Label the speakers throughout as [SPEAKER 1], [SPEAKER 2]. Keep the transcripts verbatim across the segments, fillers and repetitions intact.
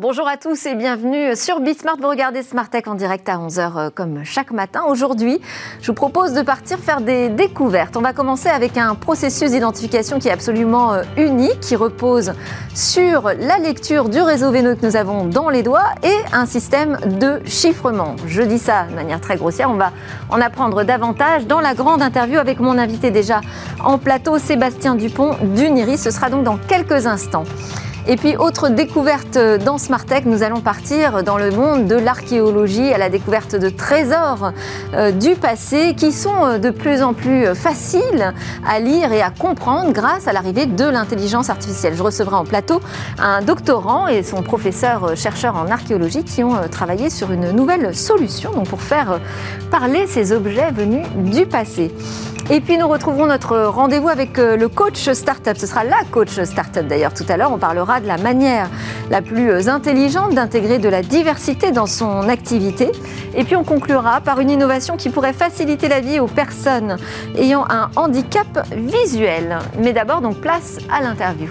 [SPEAKER 1] Bonjour à tous et bienvenue sur Bismart. Vous regardez Smart Tech en direct à onze heures comme chaque matin. Aujourd'hui, je vous propose de partir faire des découvertes. On va commencer avec un processus d'identification qui est absolument unique, qui repose sur la lecture du réseau veineux que nous avons dans les doigts et un système de chiffrement. Je dis ça de manière très grossière. On va en apprendre davantage dans la grande interview avec mon invité déjà en plateau, Sébastien Dupont d'Uniris. Ce sera donc dans quelques instants. Et puis, autre découverte dans Smart Tech, nous allons partir dans le monde de l'archéologie à la découverte de trésors euh, du passé qui sont de plus en plus faciles à lire et à comprendre grâce à l'arrivée de l'intelligence artificielle. Je recevrai en plateau un doctorant et son professeur chercheur en archéologie qui ont travaillé sur une nouvelle solution donc pour faire parler ces objets venus du passé. Et puis nous retrouverons notre rendez-vous avec le coach startup. Ce sera la coach startup d'ailleurs tout à l'heure. On parlera de la manière la plus intelligente d'intégrer de la diversité dans son activité. Et puis on conclura par une innovation qui pourrait faciliter la vie aux personnes ayant un handicap visuel. Mais d'abord donc place à l'interview.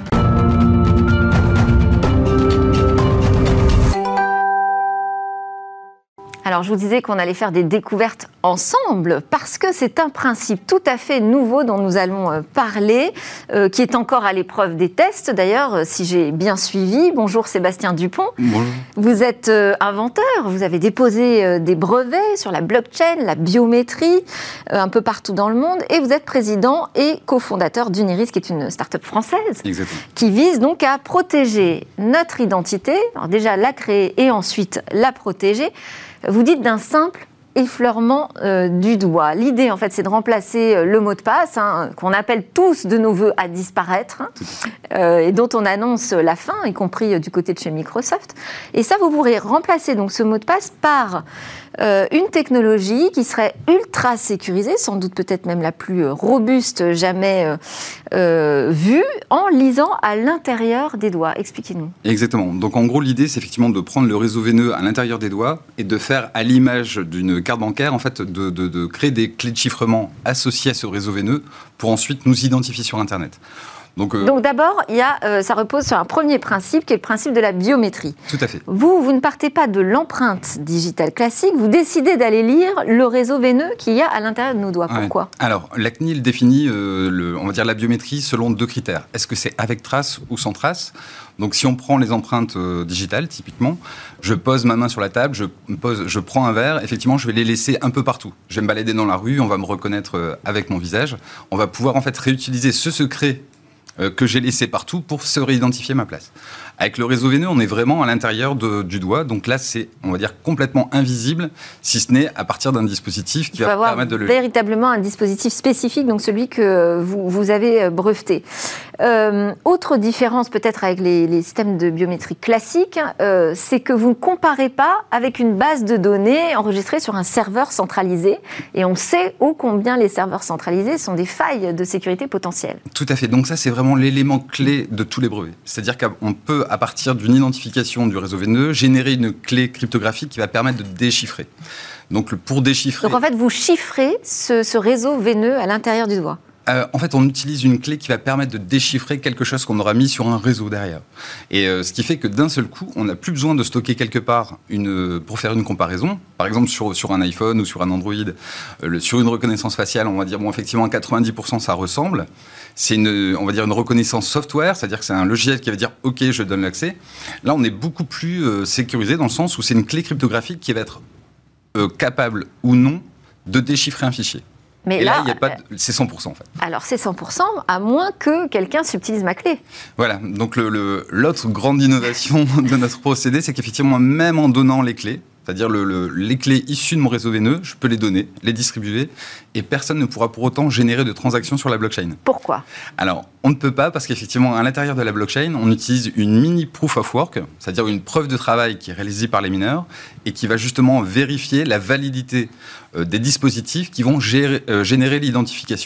[SPEAKER 1] Alors, je vous disais qu'on allait faire des découvertes ensemble parce que c'est un principe tout à fait nouveau dont nous allons parler, euh, qui est encore à l'épreuve des tests. D'ailleurs, si j'ai bien suivi, bonjour Sébastien Dupont.
[SPEAKER 2] Bonjour.
[SPEAKER 1] Vous êtes euh, inventeur, vous avez déposé euh, des brevets sur la blockchain, la biométrie, euh, un peu partout dans le monde, et vous êtes président et cofondateur d'Uniris, qui est une start-up française.
[SPEAKER 2] Exactement.
[SPEAKER 1] Qui vise donc à protéger notre identité, alors déjà la créer et ensuite la protéger. Vous dites d'un simple effleurement euh, du doigt. L'idée, en fait, c'est de remplacer euh, le mot de passe, hein, qu'on appelle tous de nos voeux à disparaître, hein, euh, et dont on annonce la fin, y compris euh, du côté de chez Microsoft. Et ça, vous pourrez remplacer donc ce mot de passe par euh, une technologie qui serait ultra sécurisée, sans doute peut-être même la plus robuste jamais euh, euh, vue, en lisant à l'intérieur des doigts. Expliquez-nous.
[SPEAKER 2] Exactement. Donc en gros, l'idée, c'est effectivement de prendre le réseau veineux à l'intérieur des doigts et de faire, à l'image d'une carte bancaire, en fait, de, de, de créer des clés de chiffrement associées à ce réseau veineux pour ensuite nous identifier sur Internet. Donc, euh,
[SPEAKER 1] Donc d'abord, il y a, euh, ça repose sur un premier principe qui est le principe de la biométrie.
[SPEAKER 2] Tout à fait.
[SPEAKER 1] Vous, vous ne partez pas de l'empreinte digitale classique, vous décidez d'aller lire le réseau veineux qu'il y a à l'intérieur de nos doigts. Pourquoi ?
[SPEAKER 2] Ouais. Alors, la C N I L définit, euh, le, on va dire, la biométrie selon deux critères. Est-ce que c'est avec trace ou sans trace ? Donc, si on prend les empreintes euh, digitales, typiquement, je pose ma main sur la table, je, pose, je prends un verre, effectivement, je vais les laisser un peu partout. Je vais me balader dans la rue, on va me reconnaître euh, avec mon visage. On va pouvoir, en fait, réutiliser ce secret euh, que j'ai laissé partout pour se réidentifier ma place. Avec le réseau veineux, on est vraiment à l'intérieur de, du doigt. Donc là, c'est, on va dire, complètement invisible, si ce n'est à partir d'un dispositif qui
[SPEAKER 1] Il
[SPEAKER 2] va
[SPEAKER 1] avoir
[SPEAKER 2] permettre de le...
[SPEAKER 1] véritablement un dispositif spécifique, donc celui que vous, vous avez breveté. Euh, autre différence peut-être avec les, les systèmes de biométrie classiques, euh, c'est que vous ne comparez pas avec une base de données enregistrée sur un serveur centralisé. Et on sait ô combien les serveurs centralisés sont des failles de sécurité potentielles.
[SPEAKER 2] Tout à fait. Donc ça, c'est vraiment l'élément clé de tous les brevets. C'est-à-dire qu'on peut, à partir d'une identification du réseau veineux, générer une clé cryptographique qui va permettre de déchiffrer. Donc pour déchiffrer...
[SPEAKER 1] Donc en fait, vous chiffrez ce, ce réseau veineux à l'intérieur du doigt.
[SPEAKER 2] Euh, en fait, on utilise une clé qui va permettre de déchiffrer quelque chose qu'on aura mis sur un réseau derrière. Et euh, ce qui fait que d'un seul coup, on n'a plus besoin de stocker quelque part une, pour faire une comparaison. Par exemple, sur, sur un iPhone ou sur un Android, euh, le, sur une reconnaissance faciale, on va dire, bon, effectivement, à quatre-vingt-dix pour cent, ça ressemble. C'est une, on va dire, une reconnaissance software, c'est-à-dire que c'est un logiciel qui va dire « OK, je donne l'accès ». Là, on est beaucoup plus euh, sécurisé dans le sens où c'est une clé cryptographique qui va être euh, capable ou non de déchiffrer un fichier. Mais et là, là y a pas de... c'est cent pour cent en fait.
[SPEAKER 1] Alors c'est cent pour cent, à moins que quelqu'un subtilise ma clé.
[SPEAKER 2] Voilà, donc le, le, l'autre grande innovation de notre procédé, c'est qu'effectivement, même en donnant les clés, c'est-à-dire le, le, les clés issues de mon réseau veineux, je peux les donner, les distribuer, et personne ne pourra pour autant générer de transactions sur la blockchain.
[SPEAKER 1] Pourquoi ?
[SPEAKER 2] Alors, on ne peut pas parce qu'effectivement, à l'intérieur de la blockchain, on utilise une mini proof of work, c'est-à-dire une preuve de travail qui est réalisée par les mineurs et qui va justement vérifier la validité euh, des dispositifs qui vont gérer, euh, générer l'identification.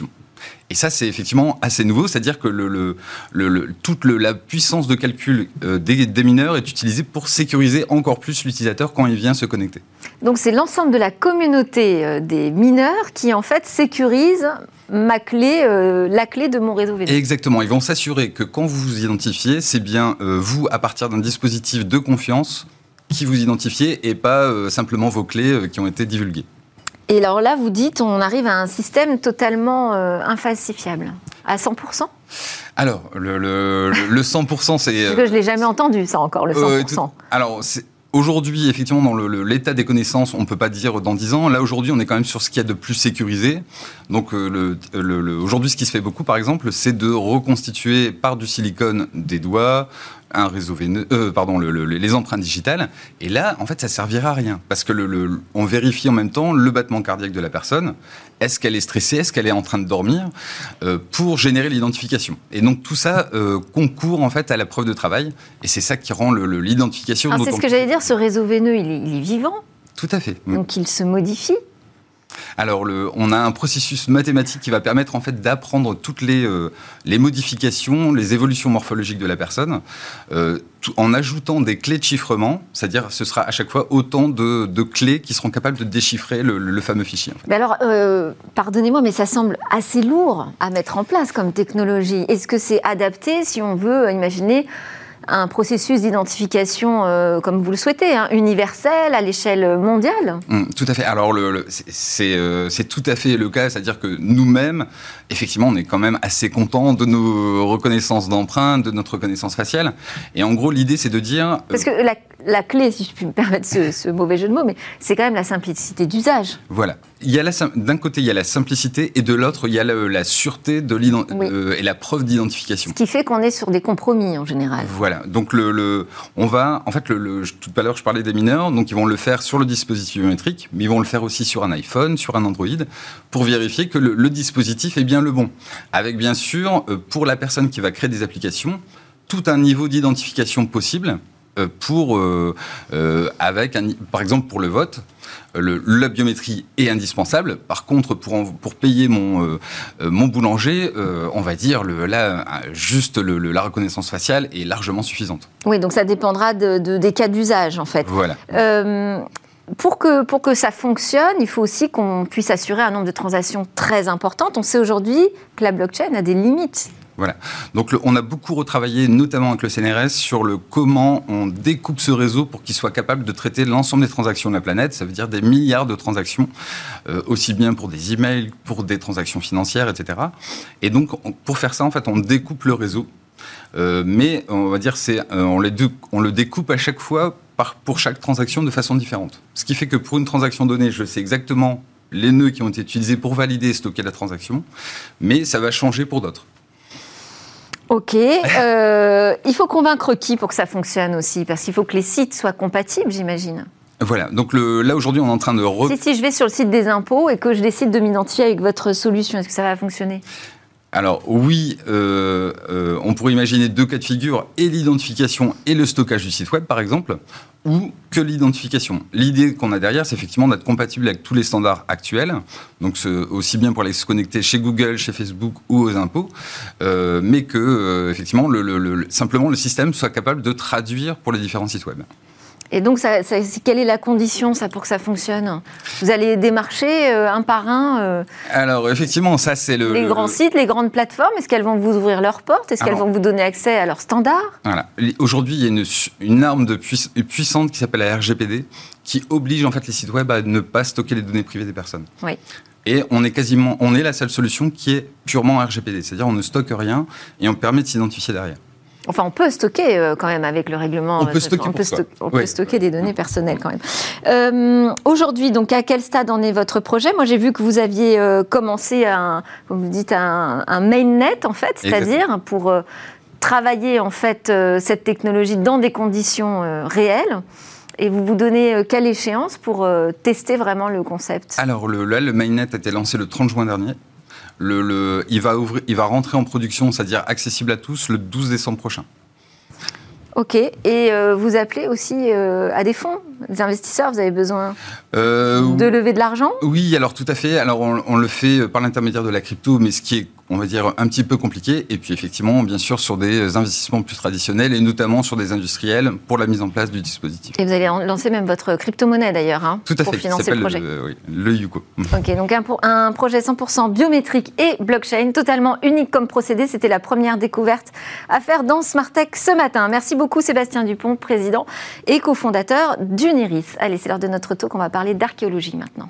[SPEAKER 2] Et ça, c'est effectivement assez nouveau, c'est-à-dire que le, le, le, le, toute le, la puissance de calcul euh, des, des mineurs est utilisée pour sécuriser encore plus l'utilisateur quand il vient se connecter.
[SPEAKER 1] Donc c'est l'ensemble de la communauté euh, des mineurs qui en fait sécurise ma clé, euh, la clé de mon réseau V P N.
[SPEAKER 2] Exactement, ils vont s'assurer que quand vous vous identifiez, c'est bien euh, vous, à partir d'un dispositif de confiance, qui vous identifiez et pas euh, simplement vos clés euh, qui ont été divulguées.
[SPEAKER 1] Et alors là, vous dites, on arrive à un système totalement euh, infalsifiable, à cent pour cent ?
[SPEAKER 2] Alors, le, le, le cent pour cent, c'est...
[SPEAKER 1] Parce que je ne l'ai jamais entendu, ça encore, le cent pour cent.
[SPEAKER 2] Euh, tout, alors, c'est... Aujourd'hui, effectivement, dans le, le, l'état des connaissances, on ne peut pas dire dans dix ans. Là, aujourd'hui, on est quand même sur ce qu'il y a de plus sécurisé. Donc, euh, le, le, le, aujourd'hui, ce qui se fait beaucoup, par exemple, c'est de reconstituer par du silicone des doigts, un réseau veineux, euh, pardon, le, le, les empreintes digitales. Et là, en fait, ça servira à rien. Parce que le, le, on vérifie en même temps le battement cardiaque de la personne. Est-ce qu'elle est stressée ? Est-ce qu'elle est en train de dormir ? euh, Pour générer l'identification. Et donc, tout ça euh, concourt, en fait, à la preuve de travail. Et c'est ça qui rend le, le, l'identification...
[SPEAKER 1] Alors, c'est ce que j'allais dire, ce réseau veineux, il est, il est vivant.
[SPEAKER 2] Tout à fait.
[SPEAKER 1] Donc, il se modifie.
[SPEAKER 2] Alors, le, on a un processus mathématique qui va permettre en fait d'apprendre toutes les, euh, les modifications, les évolutions morphologiques de la personne, euh, tout, en ajoutant des clés de chiffrement, c'est-à-dire ce sera à chaque fois autant de, de clés qui seront capables de déchiffrer le, le fameux fichier. En fait.
[SPEAKER 1] Mais alors, euh, pardonnez-moi, mais ça semble assez lourd à mettre en place comme technologie. Est-ce que c'est adapté si on veut imaginer un processus d'identification, euh, comme vous le souhaitez, hein, universel, à l'échelle mondiale ?
[SPEAKER 2] Mmh, tout à fait. Alors, le, le, c'est, c'est, euh, c'est tout à fait le cas, c'est-à-dire que nous-mêmes, effectivement, on est quand même assez contents de nos reconnaissances d'empreintes, de notre reconnaissance faciale. Et en gros, l'idée, c'est de dire...
[SPEAKER 1] Parce que la, la clé, si je puis me permettre ce, ce mauvais jeu de mots, mais c'est quand même la simplicité d'usage.
[SPEAKER 2] Voilà. Il y a la, d'un côté, il y a la simplicité, et de l'autre, il y a la, la sûreté de l'ident-
[SPEAKER 1] oui.
[SPEAKER 2] euh, et la preuve d'identification.
[SPEAKER 1] Ce qui fait qu'on est sur des compromis, en général.
[SPEAKER 2] Voilà. Donc, le, le, on va... En fait, le, le, tout à l'heure, je parlais des mineurs, donc ils vont le faire sur le dispositif biométrique, mais ils vont le faire aussi sur un iPhone, sur un Android, pour vérifier que le, le dispositif est bien le bon. Avec, bien sûr, euh, pour la personne qui va créer des applications, tout un niveau d'identification possible, euh, pour, euh, euh, avec, un, par exemple, pour le vote, Le, la biométrie est indispensable. Par contre, pour, en, pour payer mon, euh, mon boulanger, euh, on va dire, le, là, juste le, le, la reconnaissance faciale est largement suffisante.
[SPEAKER 1] Oui, donc ça dépendra de, de, des cas d'usage, en fait.
[SPEAKER 2] Voilà.
[SPEAKER 1] Euh, pour, que, pour que ça fonctionne, il faut aussi qu'on puisse assurer un nombre de transactions très importantes. On sait aujourd'hui que la blockchain a des limites.
[SPEAKER 2] Voilà. Donc, le, on a beaucoup retravaillé, notamment avec le C N R S, sur le comment on découpe ce réseau pour qu'il soit capable de traiter l'ensemble des transactions de la planète. Ça veut dire des milliards de transactions, euh, aussi bien pour des emails, pour des transactions financières, et cetera. Et donc, on, pour faire ça, en fait, on découpe le réseau. Euh, mais, on va dire, c'est, euh, on, les deux, on le découpe à chaque fois par, pour chaque transaction de façon différente. Ce qui fait que pour une transaction donnée, je sais exactement les nœuds qui ont été utilisés pour valider et stocker la transaction, mais ça va changer pour d'autres.
[SPEAKER 1] Ok. Euh, il faut convaincre qui pour que ça fonctionne aussi ? Parce qu'il faut que les sites soient compatibles, j'imagine.
[SPEAKER 2] Voilà. Donc le, là, aujourd'hui, on est en train de... Re...
[SPEAKER 1] Si, si je vais sur le site des impôts et que je décide de m'identifier avec votre solution, est-ce que ça va fonctionner ?
[SPEAKER 2] Alors oui, euh, euh, on pourrait imaginer deux cas de figure, et l'identification et le stockage du site web, par exemple, ou que l'identification. L'idée qu'on a derrière, c'est effectivement d'être compatible avec tous les standards actuels, donc ce, aussi bien pour aller se connecter chez Google, chez Facebook ou aux impôts, euh, mais que euh, effectivement, le, le, le, simplement le système soit capable de traduire pour les différents sites web.
[SPEAKER 1] Et donc, ça, ça, quelle est la condition ça, pour que ça fonctionne ? Vous allez démarcher euh, un par un euh,
[SPEAKER 2] Alors, effectivement, ça, c'est le...
[SPEAKER 1] les
[SPEAKER 2] le,
[SPEAKER 1] grands
[SPEAKER 2] le...
[SPEAKER 1] sites, les grandes plateformes. Est-ce qu'elles vont vous ouvrir leurs portes ? Est-ce Alors, qu'elles vont vous donner accès à leurs standards ?
[SPEAKER 2] Voilà. Aujourd'hui, il y a une, une arme de puiss- puissante qui s'appelle la R G P D, qui oblige en fait les sites web à ne pas stocker les données privées des personnes.
[SPEAKER 1] Oui.
[SPEAKER 2] Et on est quasiment, on est la seule solution qui est purement R G P D, c'est-à-dire on ne stocke rien et on permet de s'identifier derrière.
[SPEAKER 1] Enfin, on peut stocker euh, quand même avec le règlement.
[SPEAKER 2] On peut stocker,
[SPEAKER 1] on peut, sto- on
[SPEAKER 2] ouais.
[SPEAKER 1] peut stocker des données personnelles quand même. Euh, aujourd'hui, donc, à quel stade en est votre projet ? Moi, j'ai vu que vous aviez euh, commencé un, comme vous dites, un, un mainnet en fait, c'est-à-dire Exactement. pour euh, travailler en fait euh, cette technologie dans des conditions euh, réelles. Et vous vous donnez euh, quelle échéance pour euh, tester vraiment le concept ?
[SPEAKER 2] Alors le, là, le mainnet a été lancé le trente juin dernier. Le, le, il, va ouvrir, il va rentrer en production, c'est-à-dire accessible à tous, le douze décembre prochain.
[SPEAKER 1] Ok. Et euh, vous appelez aussi euh, à des fonds, des investisseurs ? Vous avez besoin euh, de lever de l'argent ?
[SPEAKER 2] Oui, alors tout à fait. Alors on, on le fait par l'intermédiaire de la crypto, mais ce qui est on va dire, un petit peu compliqué. Et puis, effectivement, bien sûr, sur des investissements plus traditionnels et notamment sur des industriels pour la mise en place du dispositif.
[SPEAKER 1] Et vous allez lancer même votre crypto-monnaie, d'ailleurs, hein,
[SPEAKER 2] Tout à
[SPEAKER 1] pour
[SPEAKER 2] fait,
[SPEAKER 1] financer le projet.
[SPEAKER 2] Le, oui, le Yuko.
[SPEAKER 1] Ok, donc un, un projet cent pour cent biométrique et blockchain, totalement unique comme procédé. C'était la première découverte à faire dans Smartech ce matin. Merci beaucoup, Sébastien Dupont, président et cofondateur d'Uniris. Allez, c'est l'heure de notre talk. On va parler d'archéologie maintenant.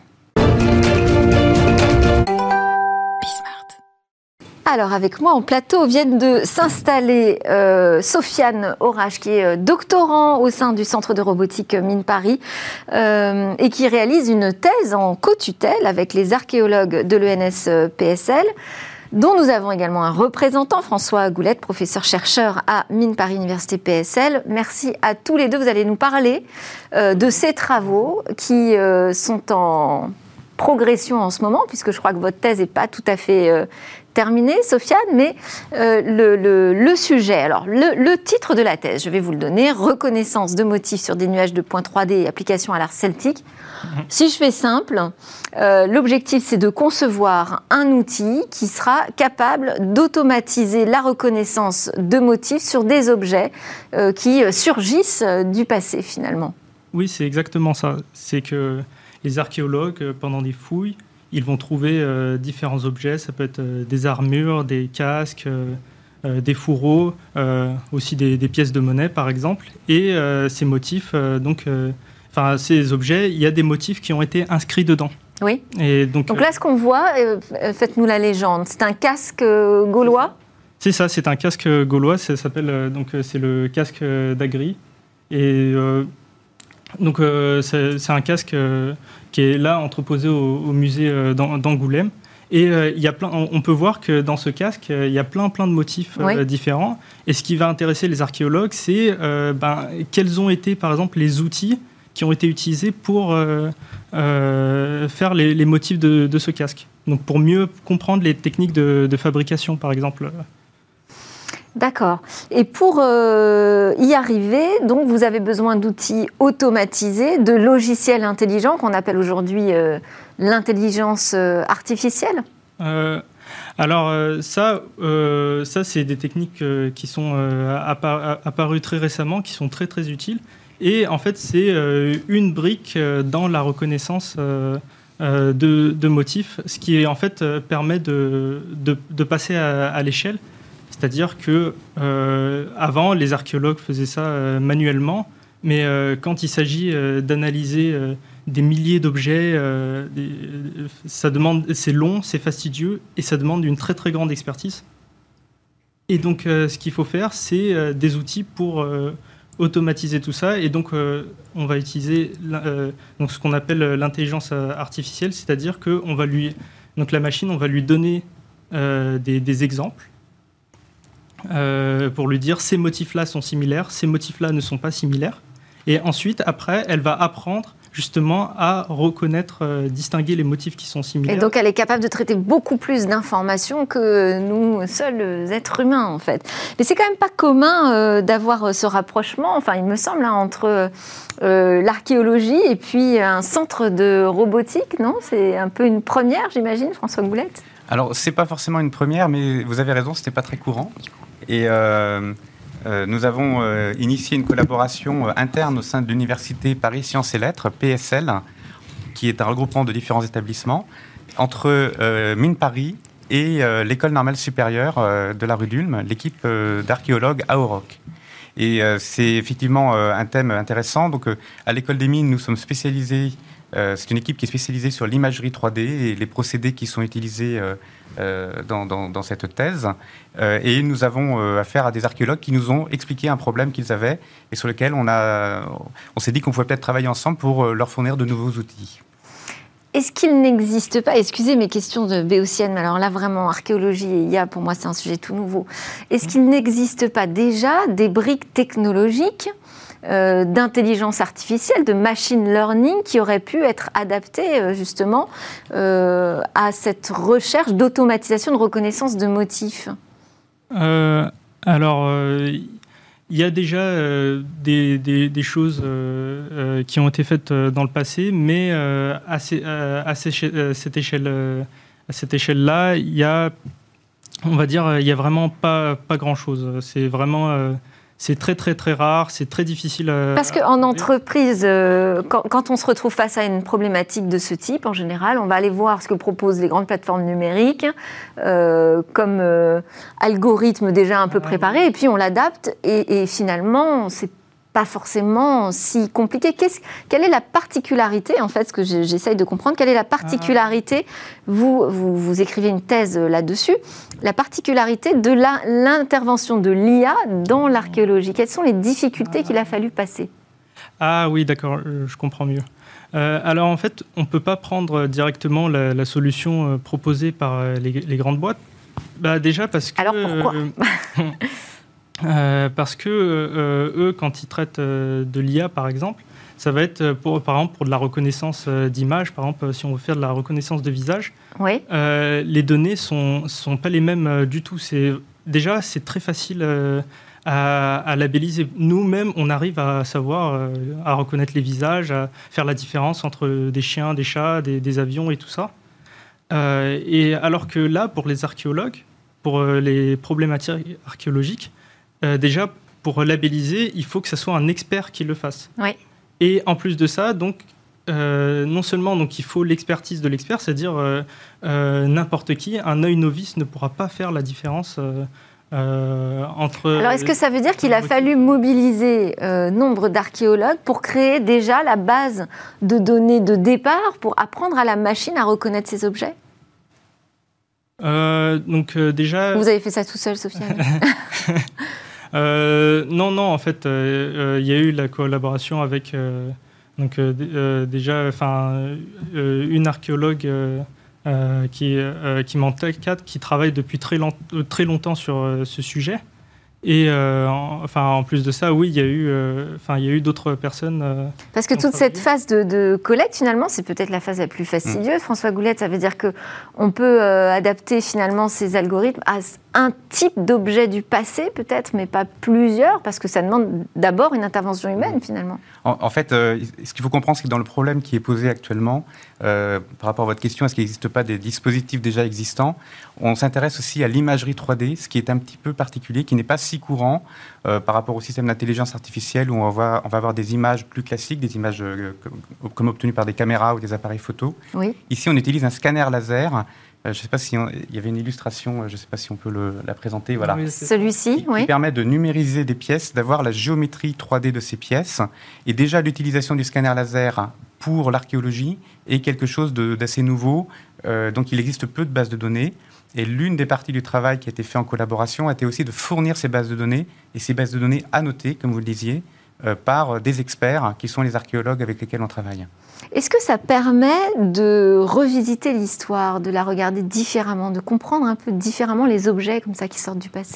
[SPEAKER 1] Alors, avec moi en plateau viennent de s'installer euh, Sofiane Orage, qui est doctorant au sein du Centre de robotique Mines Paris euh, et qui réalise une thèse en co-tutelle avec les archéologues de l'E N S P S L, dont nous avons également un représentant, François Goulette, professeur-chercheur à Mines Paris Université P S L. Merci à tous les deux. Vous allez nous parler euh, de ces travaux qui euh, sont en progression en ce moment, puisque je crois que votre thèse n'est pas tout à fait euh, terminée, Sofiane, mais euh, le, le, le sujet, alors le, le titre de la thèse, je vais vous le donner, reconnaissance de motifs sur des nuages de points trois D et application à l'art celtique. Mmh. Si je fais simple, euh, l'objectif c'est de concevoir un outil qui sera capable d'automatiser la reconnaissance de motifs sur des objets euh, qui surgissent du passé finalement.
[SPEAKER 3] Oui, c'est exactement ça. C'est que les archéologues, pendant des fouilles, ils vont trouver euh, différents objets. Ça peut être euh, des armures, des casques, euh, euh, des fourreaux, euh, aussi des, des pièces de monnaie, par exemple. Et euh, ces motifs, euh, donc, euh, enfin, ces objets, il y a des motifs qui ont été inscrits dedans.
[SPEAKER 1] Oui.
[SPEAKER 3] Et donc,
[SPEAKER 1] donc là, ce qu'on voit, euh, faites-nous la légende, c'est un casque euh, gaulois ?
[SPEAKER 3] C'est ça, c'est un casque gaulois. Ça s'appelle, euh, donc, c'est le casque d'Agri. Et euh, donc, euh, c'est, c'est un casque euh, qui est là entreposé au, au musée euh, d'Angoulême. Et euh, il y a plein, on, on peut voir que dans ce casque, euh, il y a plein, plein de motifs euh, oui. différents. Et ce qui va intéresser les archéologues, c'est euh, ben, quels ont été, par exemple, les outils qui ont été utilisés pour euh, euh, faire les, les motifs de, de ce casque. Donc, pour mieux comprendre les techniques de, de fabrication, par exemple.
[SPEAKER 1] D'accord. Et pour euh, y arriver, donc vous avez besoin d'outils automatisés, de logiciels intelligents qu'on appelle aujourd'hui euh, l'intelligence euh, artificielle.
[SPEAKER 3] Euh, alors euh, ça, euh, ça c'est des techniques euh, qui sont euh, appar- apparues très récemment, qui sont très très utiles. Et en fait, c'est euh, une brique euh, dans la reconnaissance euh, euh, de, de motifs, ce qui en fait euh, permet de, de, de passer à, à l'échelle. C'est-à-dire que euh, avant, les archéologues faisaient ça euh, manuellement, mais euh, quand il s'agit euh, d'analyser euh, des milliers d'objets, euh, des, ça demande, c'est long, c'est fastidieux, et ça demande une très très grande expertise. Et donc, euh, ce qu'il faut faire, c'est euh, des outils pour euh, automatiser tout ça. Et donc, euh, on va utiliser euh, donc ce qu'on appelle l'intelligence artificielle, c'est-à-dire que on va lui, donc la machine, on va lui donner euh, des, des exemples. Euh, pour lui dire ces motifs-là sont similaires, ces motifs-là ne sont pas similaires. Et ensuite, après, elle va apprendre justement à reconnaître, euh, distinguer les motifs qui sont similaires.
[SPEAKER 1] Et donc, elle est capable de traiter beaucoup plus d'informations que nous, seuls êtres humains, en fait. Mais c'est quand même pas commun euh, d'avoir ce rapprochement, enfin, il me semble, hein, entre euh, l'archéologie et puis un centre de robotique, non ? C'est un peu une première, j'imagine, François Goulette ?
[SPEAKER 4] Alors, c'est pas forcément une première, mais vous avez raison, c'était pas très courant. Et euh, euh, nous avons euh, initié une collaboration euh, interne au sein de l'Université Paris Sciences et Lettres, P S L, qui est un regroupement de différents établissements, entre euh, Mines Paris et euh, l'École normale supérieure euh, de la rue d'Ulm, l'équipe euh, d'archéologues à Auroch. Et euh, c'est effectivement euh, un thème intéressant. Donc, euh, à l'École des Mines, nous sommes spécialisés. Euh, c'est une équipe qui est spécialisée sur l'imagerie trois D et les procédés qui sont utilisés euh, euh, dans, dans, dans cette thèse. Euh, et nous avons euh, affaire à des archéologues qui nous ont expliqué un problème qu'ils avaient et sur lequel on, a, on s'est dit qu'on pouvait peut-être travailler ensemble pour euh, leur fournir de nouveaux outils.
[SPEAKER 1] Est-ce qu'il n'existe pas, excusez mes questions de béotienne, mais alors là vraiment, archéologie et I A, pour moi c'est un sujet tout nouveau. Est-ce qu'il n'existe pas déjà des briques technologiques Euh, d'intelligence artificielle, de machine learning qui aurait pu être adapté euh, justement euh, à cette recherche d'automatisation de reconnaissance de motifs
[SPEAKER 3] euh, Alors, il euh, y a déjà euh, des, des, des choses euh, euh, qui ont été faites euh, dans le passé, mais euh, à, ces, euh, à, ces, à cette échelle, euh, à cette échelle-là, il y a on va dire, il n'y a vraiment pas, pas grand-chose. C'est vraiment... Euh, c'est très, très, très rare. C'est très difficile à...
[SPEAKER 1] Parce qu'en entreprise, euh, quand, quand on se retrouve face à une problématique de ce type, en général, on va aller voir ce que proposent les grandes plateformes numériques, euh, comme euh, algorithme déjà un peu préparé, et puis on l'adapte, et, et finalement, c'est pas forcément si compliqué. Qu'est-ce, quelle est la particularité, en fait, ce que j'essaye de comprendre, quelle est la particularité, vous, vous, vous écrivez une thèse là-dessus, la particularité de la, l'intervention de l'I A dans l'archéologie. Quelles sont les difficultés qu'il a fallu passer ?
[SPEAKER 3] Ah oui, d'accord, je comprends mieux. Euh, alors en fait, on ne peut pas prendre directement la, la solution proposée par les, les grandes boîtes. Bah, déjà parce que...
[SPEAKER 1] Alors pourquoi
[SPEAKER 3] euh, Euh, parce que euh, eux, quand ils traitent euh, de l'I A, par exemple, ça va être, pour, par exemple, pour de la reconnaissance euh, d'image. Par exemple, si on veut faire de la reconnaissance de visage,
[SPEAKER 1] oui.
[SPEAKER 3] euh, les données sont sont pas les mêmes euh, du tout. C'est déjà c'est très facile euh, à, à labelliser. Nous-mêmes, on arrive à savoir, euh, à reconnaître les visages, à faire la différence entre des chiens, des chats, des, des avions et tout ça. Euh, et alors que là, pour les archéologues, pour euh, les problématiques archéologiques, Euh, déjà, pour labelliser, il faut que ce soit un expert qui le fasse.
[SPEAKER 1] Oui.
[SPEAKER 3] Et en plus de ça, donc, euh, non seulement donc, il faut l'expertise de l'expert, c'est-à-dire euh, euh, n'importe qui, un œil novice ne pourra pas faire la différence euh, euh, entre...
[SPEAKER 1] Alors, est-ce que ça veut dire qu'il a fallu mobiliser euh, nombre d'archéologues pour créer déjà la base de données de départ pour apprendre à la machine à reconnaître ces objets ?
[SPEAKER 3] euh, Donc, euh, déjà...
[SPEAKER 1] Vous avez fait ça tout seul, Sofiane ?
[SPEAKER 3] Euh, non, non, en fait, il euh, euh, y a eu la collaboration avec euh, donc, euh, euh, déjà euh, une archéologue euh, euh, qui, euh, qui m'encadre, qui travaille depuis très, long, très longtemps sur euh, ce sujet. Et euh, en, enfin, en plus de ça, oui, il y a eu, euh, enfin, il y a eu d'autres personnes. Euh,
[SPEAKER 1] Parce que toute cette phase de, de collecte, finalement, c'est peut-être la phase la plus fastidieuse. Mmh. François Goulette, ça veut dire qu'on peut euh, adapter finalement ces algorithmes à un type d'objet du passé, peut-être, mais pas plusieurs, parce que ça demande d'abord une intervention humaine, finalement.
[SPEAKER 4] En, en fait, euh, ce qu'il faut comprendre, c'est que dans le problème qui est posé actuellement, euh, par rapport à votre question, est-ce qu'il n'existe pas des dispositifs déjà existants ? On s'intéresse aussi à l'imagerie trois D, ce qui est un petit peu particulier, qui n'est pas si courant euh, par rapport au système d'intelligence artificielle, où on va, on va avoir des images plus classiques, des images euh, comme, comme obtenues par des caméras ou des appareils photo.
[SPEAKER 1] Oui.
[SPEAKER 4] Ici, on utilise un scanner laser. Je ne sais pas si on, il y avait une illustration, je ne sais pas si on peut le, la présenter. Voilà.
[SPEAKER 1] Oui, celui-ci,
[SPEAKER 4] qui,
[SPEAKER 1] oui.
[SPEAKER 4] Qui permet de numériser des pièces, d'avoir la géométrie trois D de ces pièces. Et déjà, l'utilisation du scanner laser pour l'archéologie est quelque chose de, d'assez nouveau. Euh, donc, il existe peu de bases de données. Et l'une des parties du travail qui a été fait en collaboration a été aussi de fournir ces bases de données, et ces bases de données annotées, comme vous le disiez, euh, par des experts qui sont les archéologues avec lesquels on travaille.
[SPEAKER 1] Est-ce que ça permet de revisiter l'histoire, de la regarder différemment, de comprendre un peu différemment les objets comme ça qui sortent du passé ?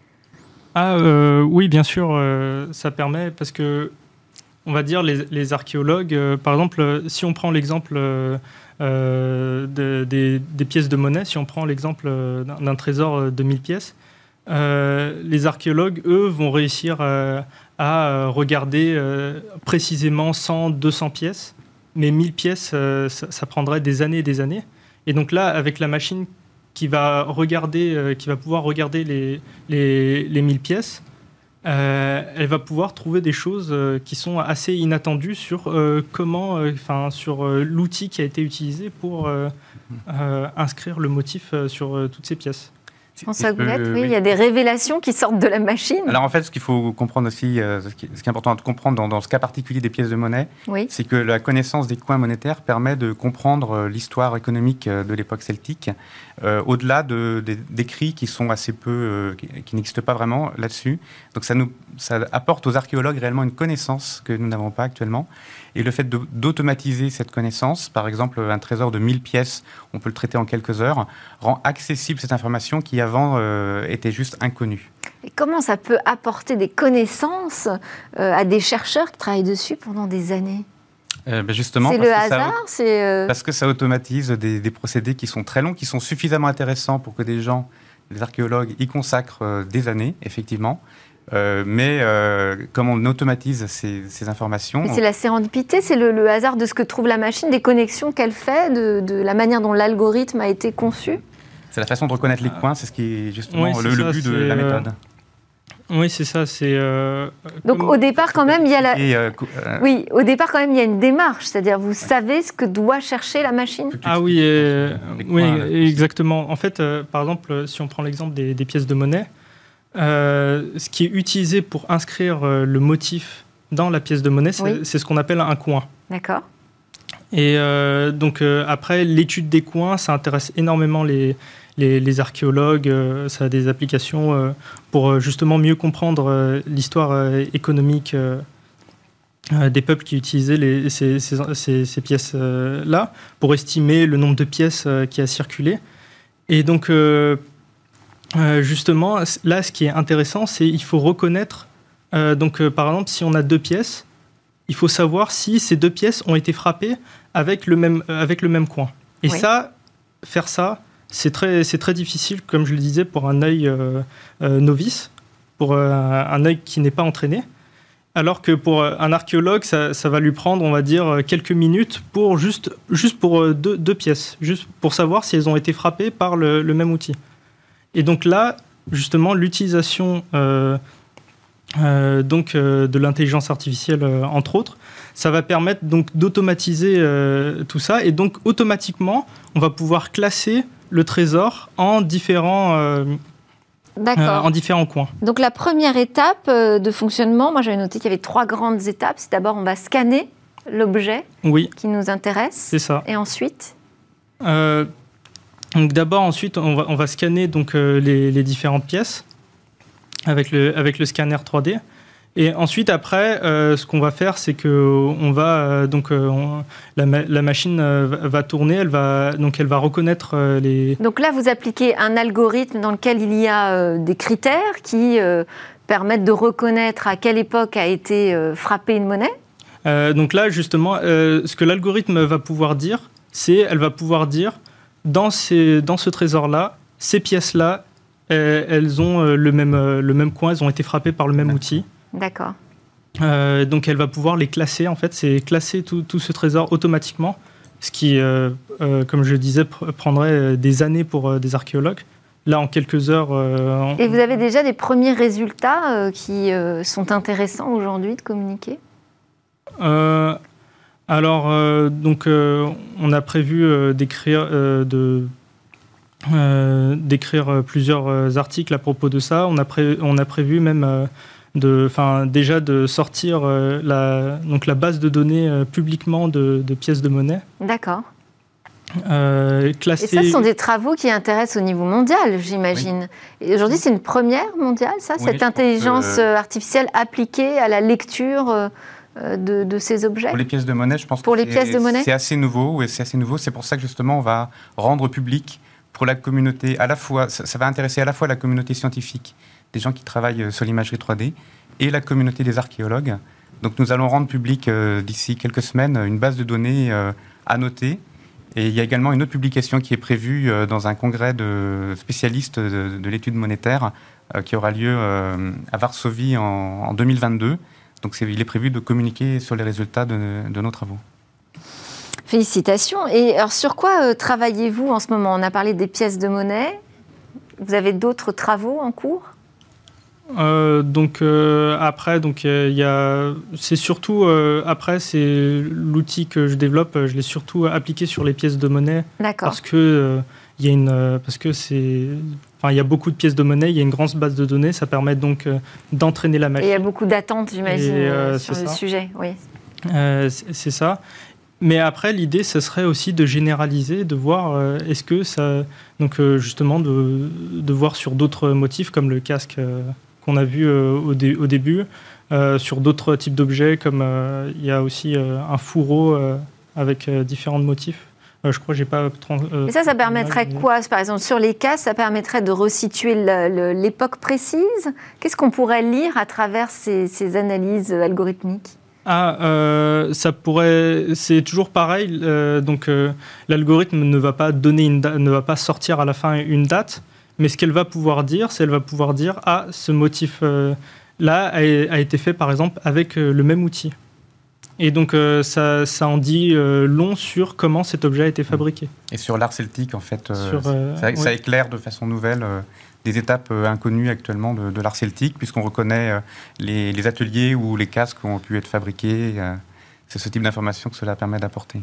[SPEAKER 3] Ah euh, oui, bien sûr, euh, ça permet parce que, on va dire, les, les archéologues, euh, par exemple, si on prend l'exemple euh, euh, de, des, des pièces de monnaie, si on prend l'exemple d'un, d'un trésor de mille pièces, euh, les archéologues, eux, vont réussir euh, à regarder euh, précisément cent, deux cents pièces. Mais mille pièces, euh, ça, ça prendrait des années et des années. Et donc là, avec la machine qui va, regarder, euh, qui va pouvoir regarder les, les, les mille pièces, euh, elle va pouvoir trouver des choses euh, qui sont assez inattendues sur, euh, comment, euh, sur euh, l'outil qui a été utilisé pour euh, euh, inscrire le motif euh, sur euh, toutes ces pièces.
[SPEAKER 1] François Goulette, oui, oui, il y a des révélations qui sortent de la machine.
[SPEAKER 4] Alors en fait, ce qu'il faut comprendre aussi, euh, ce, qui est, ce qui est important de comprendre dans, dans ce cas particulier des pièces de monnaie, oui. c'est que la connaissance des coins monétaires permet de comprendre euh, l'histoire économique euh, de l'époque celtique, euh, au-delà de, de, d'écrits qui sont assez peu, euh, qui, qui n'existent pas vraiment là-dessus. Donc ça, nous, ça apporte aux archéologues réellement une connaissance que nous n'avons pas actuellement. Et le fait de, d'automatiser cette connaissance, par exemple un trésor de mille pièces, on peut le traiter en quelques heures, rend accessible cette information qui avant euh, était juste inconnue.
[SPEAKER 1] Et comment ça peut apporter des connaissances euh, à des chercheurs qui travaillent dessus pendant des années ?
[SPEAKER 4] Euh, ben justement,
[SPEAKER 1] c'est
[SPEAKER 4] parce
[SPEAKER 1] le
[SPEAKER 4] que
[SPEAKER 1] hasard
[SPEAKER 4] ça,
[SPEAKER 1] c'est euh...
[SPEAKER 4] Parce que ça automatise des, des procédés qui sont très longs, qui sont suffisamment intéressants pour que des gens, les archéologues, y consacrent euh, des années, effectivement. Euh, mais euh, comme on automatise ces, ces informations...
[SPEAKER 1] Mais c'est la sérendipité, c'est le, le hasard de ce que trouve la machine, des connexions qu'elle fait, de, de la manière dont l'algorithme a été conçu.
[SPEAKER 4] C'est la façon de reconnaître les coins, c'est ce qui est justement
[SPEAKER 3] Oui,
[SPEAKER 4] le,
[SPEAKER 3] c'est
[SPEAKER 4] le
[SPEAKER 3] ça,
[SPEAKER 4] but de
[SPEAKER 3] c'est,
[SPEAKER 4] la
[SPEAKER 3] euh,
[SPEAKER 4] méthode.
[SPEAKER 3] Oui, c'est ça. C'est, euh,
[SPEAKER 1] Donc
[SPEAKER 3] comme-
[SPEAKER 1] au départ, quand même, il y a la...
[SPEAKER 4] Et, euh, co- euh,
[SPEAKER 1] Oui, au départ, quand même, il y a une démarche. C'est-à-dire, vous savez ce que doit chercher la machine?
[SPEAKER 3] Ah oui, euh,
[SPEAKER 4] Les
[SPEAKER 3] oui,
[SPEAKER 4] coins, euh,
[SPEAKER 3] exactement. En fait, euh, par exemple, si on prend l'exemple des, des pièces de monnaie, euh, ce qui est utilisé pour inscrire euh, le motif dans la pièce de monnaie, c'est,
[SPEAKER 1] Oui.
[SPEAKER 3] c'est ce qu'on appelle un coin.
[SPEAKER 1] D'accord.
[SPEAKER 3] Et euh, donc euh, après, l'étude des coins, ça intéresse énormément les, les, les archéologues. Euh, ça a des applications euh, pour euh, justement mieux comprendre euh, l'histoire euh, économique euh, euh, des peuples qui utilisaient les, ces, ces, ces, ces pièces-là, pour estimer le nombre de pièces euh, qui a circulé. Et donc, euh, euh, justement, là, ce qui est intéressant, c'est qu'il faut reconnaître, euh, donc euh, par exemple, si on a deux pièces, il faut savoir si ces deux pièces ont été frappées avec le même, euh, avec le même coin. Et
[SPEAKER 1] Oui.
[SPEAKER 3] ça, faire ça, c'est très, c'est très difficile, comme je le disais, pour un œil euh, euh, novice, pour euh, un œil qui n'est pas entraîné. Alors que pour euh, un archéologue, ça, ça va lui prendre, on va dire, euh, quelques minutes pour juste, juste pour euh, deux, deux pièces, juste pour savoir si elles ont été frappées par le, le même outil. Et donc là, justement, l'utilisation euh, euh, donc, euh, de l'intelligence artificielle, euh, entre autres, ça va permettre donc d'automatiser euh, tout ça. Et donc, automatiquement, on va pouvoir classer le trésor en différents, euh,
[SPEAKER 1] D'accord.
[SPEAKER 3] euh, en différents coins.
[SPEAKER 1] Donc la première étape euh, de fonctionnement, moi j'avais noté qu'il y avait trois grandes étapes. C'est d'abord on va scanner l'objet
[SPEAKER 3] Oui,
[SPEAKER 1] qui nous intéresse.
[SPEAKER 3] c'est ça.
[SPEAKER 1] Et ensuite,
[SPEAKER 3] Euh, donc d'abord, ensuite, on va, on va scanner donc, euh, les, les différentes pièces avec le, avec le scanner trois D. Et ensuite, après, euh, ce qu'on va faire, c'est que on va euh, donc euh, on- la, ma- la machine euh, va- va tourner, elle va donc elle va reconnaître euh, les.
[SPEAKER 1] donc là vous appliquez un algorithme dans lequel il y a euh, des critères qui euh, permettent de reconnaître à quelle époque a été euh, frappée une monnaie.
[SPEAKER 3] Euh, donc là, justement, euh, ce que l'algorithme va pouvoir dire, c'est elle va pouvoir dire dans ces dans ce trésor-là, ces pièces-là, euh, elles ont euh, le même euh, le même coin, elles ont été frappées par le même outil.
[SPEAKER 1] D'accord.
[SPEAKER 3] Euh, donc elle va pouvoir les classer, en fait, c'est classer tout, tout ce trésor automatiquement, ce qui, euh, euh, comme je le disais, pr- prendrait euh, des années pour euh, des archéologues. Là, en quelques heures... euh,
[SPEAKER 1] Et vous avez déjà des premiers résultats euh, qui euh, sont intéressants aujourd'hui de communiquer?
[SPEAKER 3] euh, alors, euh, donc, euh, on a prévu euh, d'écrire, euh, de, euh, d'écrire euh, plusieurs euh, articles à propos de ça. On a, pré- on a prévu même... euh, de, enfin, déjà de sortir euh, la, donc la base de données euh, publiquement de, de pièces de monnaie.
[SPEAKER 1] D'accord.
[SPEAKER 3] Euh,
[SPEAKER 1] Et
[SPEAKER 3] classer...
[SPEAKER 1] ça, ce sont des travaux qui intéressent au niveau mondial, j'imagine. Et aujourd'hui, c'est une première mondiale, ça,
[SPEAKER 4] Oui,
[SPEAKER 1] cette
[SPEAKER 4] je pense
[SPEAKER 1] intelligence
[SPEAKER 4] que-
[SPEAKER 1] euh, artificielle appliquée à la lecture euh, euh, de, de ces objets?
[SPEAKER 4] Pour les pièces de monnaie, je pense
[SPEAKER 1] Pour
[SPEAKER 4] que
[SPEAKER 1] les
[SPEAKER 4] c'est-
[SPEAKER 1] pièces de monnaie
[SPEAKER 4] c'est assez nouveau. Et c'est assez nouveau. C'est pour ça que justement, on va rendre public pour la communauté, à la fois, ça, ça va intéresser à la fois la communauté scientifique, des gens qui travaillent euh, sur l'imagerie trois D, et la communauté des archéologues. Donc nous allons rendre public euh, d'ici quelques semaines une base de données euh, à noter. Et il y a également une autre publication qui est prévue euh, dans un congrès de spécialistes de, de l'étude monétaire euh, qui aura lieu euh, à Varsovie en, en deux mille vingt-deux. Donc c'est- il est prévu de communiquer sur les résultats de, de nos travaux.
[SPEAKER 1] Félicitations. Et alors, sur quoi euh, travaillez-vous en ce moment? On a parlé des pièces de monnaie. Vous avez d'autres travaux en cours?
[SPEAKER 3] Euh, donc euh, après, donc il y a, c'est surtout euh, après c'est l'outil que je développe. Je l'ai surtout appliqué sur les pièces de monnaie
[SPEAKER 1] D'accord.
[SPEAKER 3] parce que euh, il y a une, euh, parce que c'est, enfin il y a beaucoup de pièces de monnaie. Il y a une grande base de données. Ça permet donc euh, d'entraîner la
[SPEAKER 1] Et il
[SPEAKER 3] machine.
[SPEAKER 1] y a beaucoup d'attentes, j'imagine,
[SPEAKER 3] Et, euh,
[SPEAKER 1] euh, sur
[SPEAKER 3] c'est
[SPEAKER 1] le
[SPEAKER 3] ça.
[SPEAKER 1] sujet. Oui.
[SPEAKER 3] Euh, c'est c'est ça. Mais après, l'idée, ce serait aussi de généraliser, de voir euh, est-ce que ça, donc euh, justement de, de voir sur d'autres motifs comme le casque euh, qu'on a vu euh, au, dé- au début, euh, sur d'autres types d'objets comme euh, il y a aussi euh, un fourreau euh, avec euh, différents motifs. Euh, je crois que j'ai pas. trans- euh,
[SPEAKER 1] Et ça, ça permettrait
[SPEAKER 3] mais-
[SPEAKER 1] quoi? Par exemple, sur les cas, ça permettrait de resituer le- le- l'époque précise. Qu'est-ce qu'on pourrait lire à travers ces, ces analyses algorithmiques?
[SPEAKER 3] Ah, euh, ça pourrait. C'est toujours pareil. euh, donc, euh, l'algorithme ne va pas donner une da- ne va pas sortir à la fin une date, mais ce qu'elle va pouvoir dire, c'est elle va pouvoir dire ah, ce motif euh, là a, a été fait par exemple avec euh, le même outil. Et donc, euh, ça, ça en dit euh, long sur comment cet objet a été fabriqué.
[SPEAKER 4] Et sur l'art celtique, en fait, euh,
[SPEAKER 3] sur, euh,
[SPEAKER 4] ça,
[SPEAKER 3] oui.
[SPEAKER 4] ça éclaire de façon nouvelle euh, des étapes euh, inconnues actuellement de, de l'art celtique, puisqu'on reconnaît euh, les, les ateliers où les casques ont pu être fabriqués. Euh, c'est ce type d'information que cela permet d'apporter.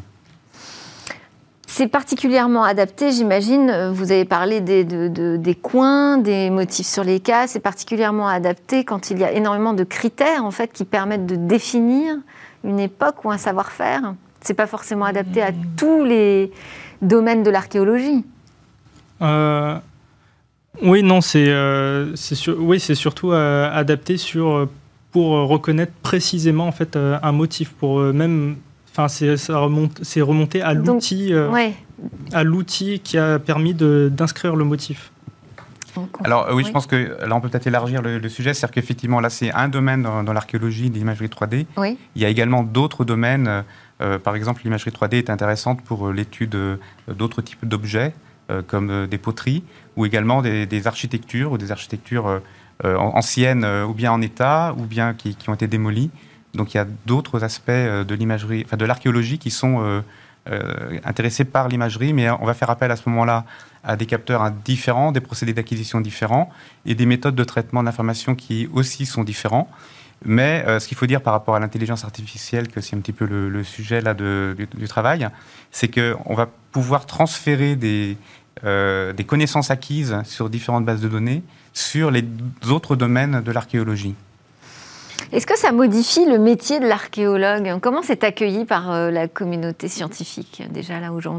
[SPEAKER 1] C'est particulièrement adapté, j'imagine. Vous avez parlé des, de, de, des coins, des motifs sur les casques. C'est particulièrement adapté quand il y a énormément de critères en fait, qui permettent de définir une époque ou un savoir-faire. C'est pas forcément adapté à tous les domaines de l'archéologie.
[SPEAKER 3] Euh, oui, non, c'est, euh, c'est, sur, oui, c'est surtout euh, adapté sur, pour reconnaître précisément en fait, euh, un motif, pour euh, même... Enfin, c'est, ça remonte, c'est remonté à l'outil, euh,
[SPEAKER 1] ouais.
[SPEAKER 3] à l'outil qui a permis de, d'inscrire le motif.
[SPEAKER 4] Alors oui, oui, je pense que là, on peut peut-être élargir le, le sujet. C'est-à-dire qu'effectivement, là, c'est un domaine dans, dans l'archéologie de l'imagerie trois D.
[SPEAKER 1] Oui.
[SPEAKER 4] Il y a également d'autres domaines. Euh, par exemple, l'imagerie trois D est intéressante pour l'étude euh, d'autres types d'objets, euh, comme euh, des poteries, ou également des, des architectures, ou des architectures euh, anciennes, euh, ou bien en état, ou bien qui, qui ont été démolies. Donc il y a d'autres aspects de l'imagerie, enfin de l'archéologie qui sont euh, euh, intéressés par l'imagerie, mais on va faire appel à ce moment-là à des capteurs hein, différents, des procédés d'acquisition différents et des méthodes de traitement d'information qui aussi sont différents. Mais euh, ce qu'il faut dire par rapport à l'intelligence artificielle, que c'est un petit peu le, le sujet là de, du, du travail, c'est qu'on va pouvoir transférer des, euh, des connaissances acquises sur différentes bases de données sur les autres domaines de l'archéologie.
[SPEAKER 1] Est-ce que ça modifie le métier de l'archéologue ? Comment c'est accueilli par euh, la communauté scientifique, déjà là, aujourd'hui ?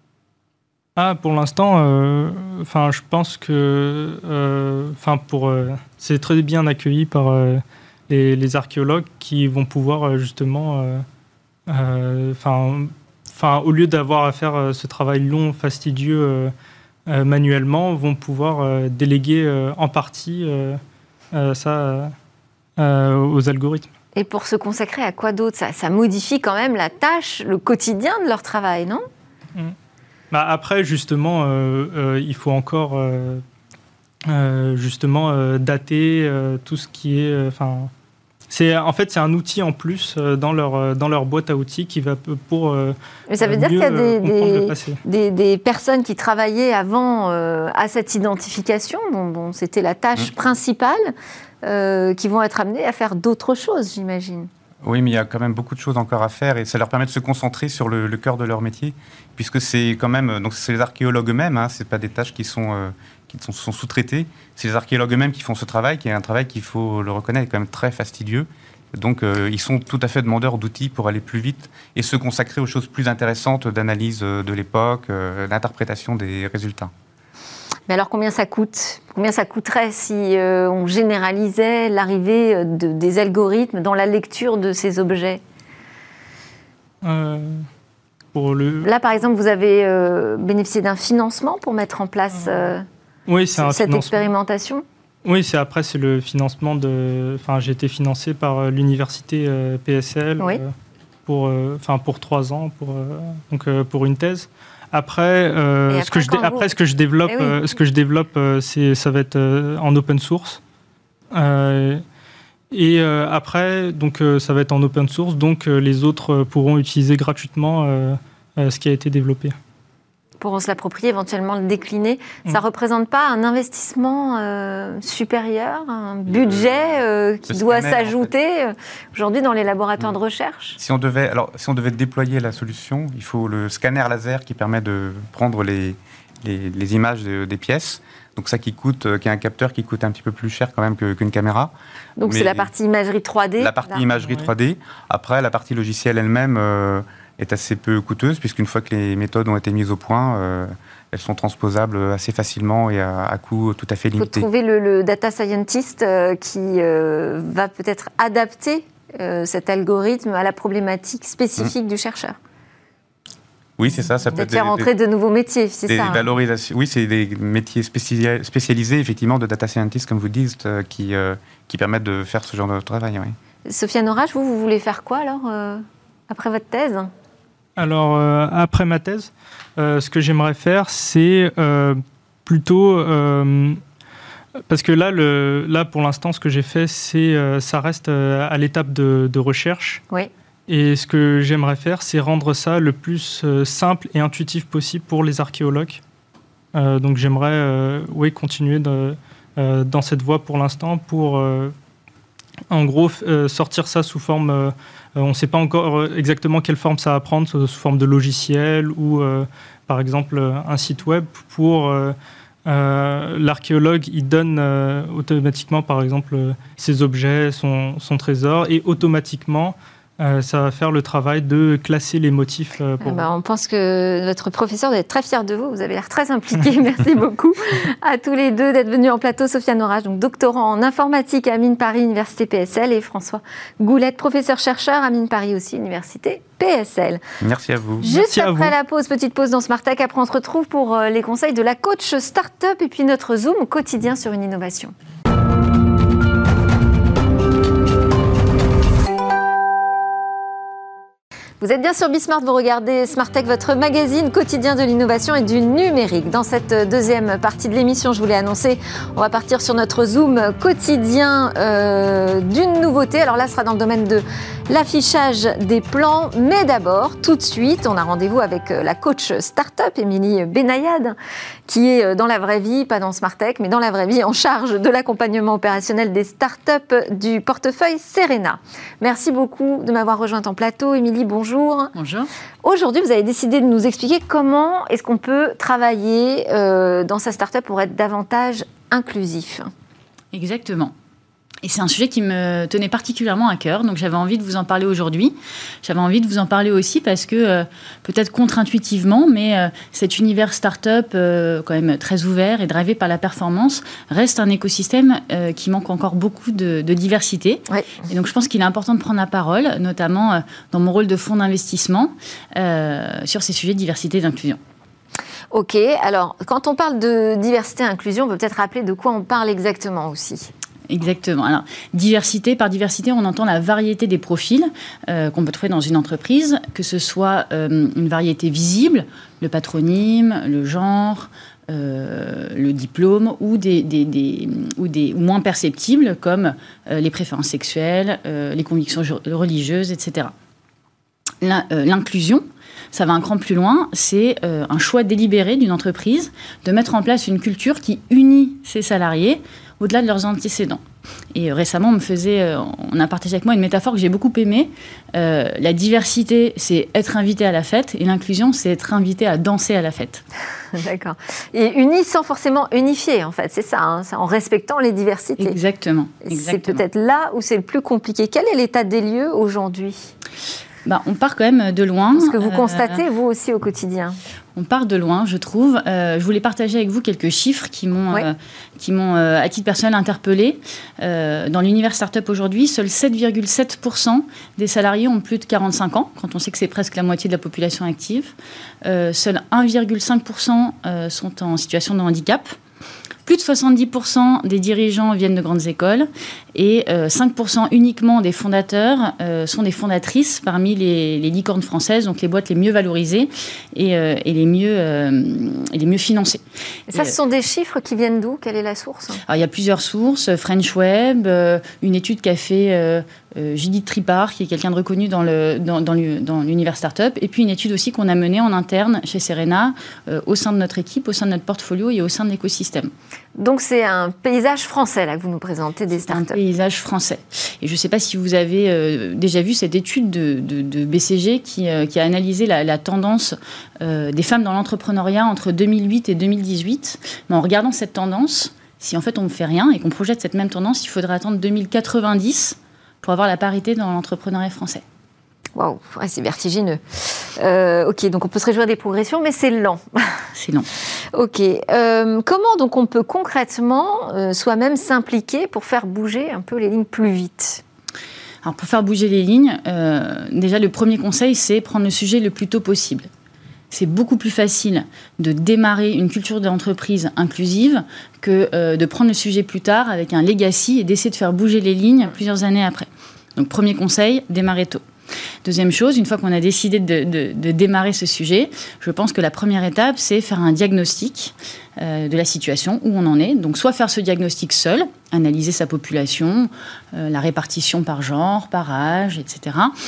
[SPEAKER 3] Ah, pour l'instant, euh, je pense que euh, pour, euh, c'est très bien accueilli par euh, les, les archéologues qui vont pouvoir euh, justement, euh, euh, au lieu d'avoir à faire euh, ce travail long, fastidieux euh, euh, manuellement, vont pouvoir euh, déléguer euh, en partie euh, euh, ça... Euh, Euh, aux algorithmes.
[SPEAKER 1] Et pour se consacrer à quoi d'autre ? ça, ça modifie quand même la tâche, le quotidien de leur travail, non ?
[SPEAKER 3] mmh. bah Après, justement, euh, euh, il faut encore euh, euh, justement euh, dater euh, tout ce qui est... Enfin, euh, c'est en fait c'est un outil en plus euh, dans leur dans leur boîte à outils qui va pour. Euh,
[SPEAKER 1] Mais ça veut dire qu'il y a des, des, des, des personnes qui travaillaient avant euh, à cette identification, dont, dont c'était la tâche mmh. principale. Euh, qui vont être amenés à faire d'autres choses, j'imagine.
[SPEAKER 4] Oui, mais il y a quand même beaucoup de choses encore à faire et ça leur permet de se concentrer sur le, le cœur de leur métier, puisque c'est quand même, donc c'est les archéologues eux-mêmes, hein, c'est pas des tâches qui sont, euh, qui sont, sont sous-traitées, c'est les archéologues eux-mêmes qui font ce travail, qui est un travail qu'il faut le reconnaître, est quand même très fastidieux. Donc euh, ils sont tout à fait demandeurs d'outils pour aller plus vite et se consacrer aux choses plus intéressantes d'analyse de l'époque, euh, d'interprétation des résultats.
[SPEAKER 1] Mais alors, combien ça coûte ? Combien ça coûterait si euh, on généralisait l'arrivée de, des algorithmes dans la lecture de ces objets ?
[SPEAKER 3] euh, pour le...
[SPEAKER 1] Là, par exemple, vous avez euh, bénéficié d'un financement pour mettre en place euh,
[SPEAKER 3] oui, c'est un
[SPEAKER 1] cette
[SPEAKER 3] financement.
[SPEAKER 1] expérimentation ?
[SPEAKER 3] Oui, c'est après, c'est le financement de... Enfin, j'ai été financé par l'université euh, P S L
[SPEAKER 1] oui.
[SPEAKER 3] euh, pour, euh, pour trois ans, pour, euh, donc, euh, pour une thèse. Après, euh, après, ce que je dé- après ce que je développe, eh oui. euh, ce que je développe, euh, c'est ça va être euh, en open source. Euh, et euh, après, donc euh, ça va être en open source, donc euh, les autres euh, pourront utiliser gratuitement euh, euh, ce qui a été développé.
[SPEAKER 1] Pourront se l'approprier, éventuellement le décliner. Mmh. Ça ne représente pas un investissement euh, supérieur, un budget euh, qui doit scanner, s'ajouter en fait. Aujourd'hui dans les laboratoires mmh. de recherche ?
[SPEAKER 4] Si on devait, alors, si on devait déployer la solution, il faut le scanner laser qui permet de prendre les, les, les images de, des pièces. Donc ça qui coûte, euh, qui est un capteur qui coûte un petit peu plus cher quand même que, qu'une caméra.
[SPEAKER 1] Donc Mais c'est la partie imagerie trois D ?
[SPEAKER 4] La partie
[SPEAKER 1] là.
[SPEAKER 4] imagerie oui. trois D. Après, la partie logicielle elle-même... Euh, est assez peu coûteuse, puisqu'une fois que les méthodes ont été mises au point, euh, elles sont transposables assez facilement et à, à coût tout à fait limité.
[SPEAKER 1] Il faut trouver le, le data scientist euh, qui euh, va peut-être adapter euh, cet algorithme à la problématique spécifique mmh. du chercheur.
[SPEAKER 4] Oui, c'est ça. Ça peut être
[SPEAKER 1] faire entrer de nouveaux métiers, c'est
[SPEAKER 4] des
[SPEAKER 1] ça.
[SPEAKER 4] Valorisations. Hein. Oui, c'est des métiers spécialisés, effectivement, de data scientist, comme vous dites, euh, qui, euh, qui permettent de faire ce genre de travail. Oui.
[SPEAKER 1] Sofiane Orage, vous, vous voulez faire quoi, alors, euh, après votre thèse ?
[SPEAKER 3] Alors, euh, après ma thèse, euh, ce que j'aimerais faire, c'est euh, plutôt... Euh, parce que là, le, là, pour l'instant, ce que j'ai fait, c'est, euh, ça reste euh, à l'étape de, de recherche.
[SPEAKER 1] Oui.
[SPEAKER 3] Et ce que j'aimerais faire, c'est rendre ça le plus euh, simple et intuitif possible pour les archéologues. Euh, donc j'aimerais euh, oui, continuer de, euh, dans cette voie pour l'instant pour, euh, en gros, euh, sortir ça sous forme... Euh, on ne sait pas encore exactement quelle forme ça va prendre, sous forme de logiciel ou, euh, par exemple, un site web pour... Euh, Euh, l'archéologue, il donne euh, automatiquement, par exemple, euh, ses objets, son, son trésor, et automatiquement, euh, ça va faire le travail de classer les motifs. Euh, pour
[SPEAKER 1] eh ben, on pense que votre professeur doit être très fier de vous. Vous avez l'air très impliqué. Merci beaucoup à tous les deux d'être venus en plateau. Sofiane Orage, donc doctorant en informatique à Mines Paris, Université P S L, et François Goulette, professeur-chercheur à Mines Paris aussi, Université P S L.
[SPEAKER 4] Merci à vous.
[SPEAKER 1] Juste
[SPEAKER 3] Merci
[SPEAKER 1] après
[SPEAKER 3] à vous.
[SPEAKER 1] la pause, petite pause dans Smart Tech. Après, on se retrouve pour euh, les conseils de la coach Startup et puis notre Zoom quotidien sur une innovation. Vous êtes bien sur Bismart, vous regardez Smart Tech, votre magazine quotidien de l'innovation et du numérique. Dans cette deuxième partie de l'émission, je vous l'ai annoncé, on va partir sur notre Zoom quotidien euh, d'une nouveauté. Alors là, ce sera dans le domaine de l'affichage des plans. Mais d'abord, tout de suite, on a rendez-vous avec la coach Startup, Émilie Benayad, qui est dans la vraie vie, pas dans Smart Tech, mais dans la vraie vie, en charge de l'accompagnement opérationnel des startups du portefeuille Serena. Merci beaucoup de m'avoir rejointe en plateau. Émilie, bonjour.
[SPEAKER 5] Bonjour.
[SPEAKER 1] Aujourd'hui, vous avez décidé de nous expliquer comment est-ce qu'on peut travailler euh, dans sa start-up pour être davantage inclusif.
[SPEAKER 5] Exactement. Et c'est un sujet qui me tenait particulièrement à cœur, donc j'avais envie de vous en parler aujourd'hui. J'avais envie de vous en parler aussi parce que, euh, peut-être contre-intuitivement, mais euh, cet univers start-up, euh, quand même très ouvert et drivé par la performance, reste un écosystème euh, qui manque encore beaucoup de, de diversité.
[SPEAKER 1] Ouais.
[SPEAKER 5] Et donc je pense qu'il est important de prendre la parole, notamment euh, dans mon rôle de fonds d'investissement, euh, sur ces sujets de diversité et d'inclusion.
[SPEAKER 1] Ok, alors quand on parle de diversité et inclusion, on peut peut-être rappeler de quoi on parle exactement aussi.
[SPEAKER 5] Exactement. Alors, diversité, par diversité, on entend la variété des profils euh, qu'on peut trouver dans une entreprise, que ce soit euh, une variété visible, le patronyme, le genre, euh, le diplôme, ou des, des, des, ou des ou moins perceptibles, comme euh, les préférences sexuelles, euh, les convictions religieuses, et cetera. La, euh, l'inclusion, ça va un cran plus loin, c'est euh, un choix délibéré d'une entreprise de mettre en place une culture qui unit ses salariés au-delà de leurs antécédents. Et euh, récemment, on me faisait, euh, on a partagé avec moi une métaphore que j'ai beaucoup aimée. Euh, la diversité, c'est être invité à la fête, et l'inclusion, c'est être invité à danser à la fête.
[SPEAKER 1] D'accord. Et uni sans forcément unifier, en fait, c'est ça, hein, en respectant les diversités.
[SPEAKER 5] Exactement.
[SPEAKER 1] C'est
[SPEAKER 5] exactement.
[SPEAKER 1] peut-être là où c'est le plus compliqué. Quel est l'état des lieux aujourd'hui ?
[SPEAKER 5] Bah, on part quand même de loin.
[SPEAKER 1] Ce que vous constatez, euh, vous aussi, au quotidien.
[SPEAKER 5] On part de loin, je trouve. Euh, je voulais partager avec vous quelques chiffres qui m'ont,
[SPEAKER 1] oui.
[SPEAKER 5] euh, qui m'ont euh, à titre personnel, interpellée. Euh, dans l'univers start-up aujourd'hui, seuls sept virgule sept pour cent des salariés ont plus de quarante-cinq ans, quand on sait que c'est presque la moitié de la population active. Euh, seuls un virgule cinq pour cent euh, sont en situation de handicap. Plus de soixante-dix pour cent des dirigeants viennent de grandes écoles et euh, cinq pour cent uniquement des fondateurs euh, sont des fondatrices parmi les, les licornes françaises, donc les boîtes les mieux valorisées et, euh, et, les, mieux, euh, et les mieux financées.
[SPEAKER 1] Et ça,
[SPEAKER 5] et,
[SPEAKER 1] ce sont des chiffres qui viennent d'où ? Quelle est la source ?
[SPEAKER 5] Alors, il y a plusieurs sources. French Web, euh, une étude qu'a fait euh, euh, Judith Tripart, qui est quelqu'un de reconnu dans, le, dans, dans, le, dans l'univers startup, et puis une étude aussi qu'on a menée en interne chez Serena, euh, au sein de notre équipe, au sein de notre portfolio et au sein de l'écosystème.
[SPEAKER 1] Donc c'est un paysage français là que vous nous présentez des startups.
[SPEAKER 5] C'est un paysage français. Et je ne sais pas si vous avez euh, déjà vu cette étude de, de, de B C G qui, euh, qui a analysé la, la tendance euh, des femmes dans l'entrepreneuriat entre deux mille huit et deux mille dix-huit. Mais en regardant cette tendance, si en fait on ne fait rien et qu'on projette cette même tendance, il faudrait attendre deux mille quatre-vingt-dix pour avoir la parité dans l'entrepreneuriat français.
[SPEAKER 1] Waouh, ouais, c'est vertigineux. Euh, ok, donc on peut se réjouir des progressions, mais c'est lent.
[SPEAKER 5] C'est lent.
[SPEAKER 1] Ok. Euh, comment donc on peut concrètement euh, soi-même s'impliquer pour faire bouger un peu les lignes plus vite ?
[SPEAKER 5] Alors pour faire bouger les lignes, euh, déjà le premier conseil, c'est prendre le sujet le plus tôt possible. C'est beaucoup plus facile de démarrer une culture d'entreprise inclusive que euh, de prendre le sujet plus tard avec un legacy et d'essayer de faire bouger les lignes plusieurs années après. Donc premier conseil, démarrer tôt. Deuxième chose, une fois qu'on a décidé de, de, de démarrer ce sujet, je pense que la première étape, c'est faire un diagnostic euh, de la situation, où on en est. Donc, soit faire ce diagnostic seul, analyser sa population, euh, la répartition par genre, par âge, et cetera.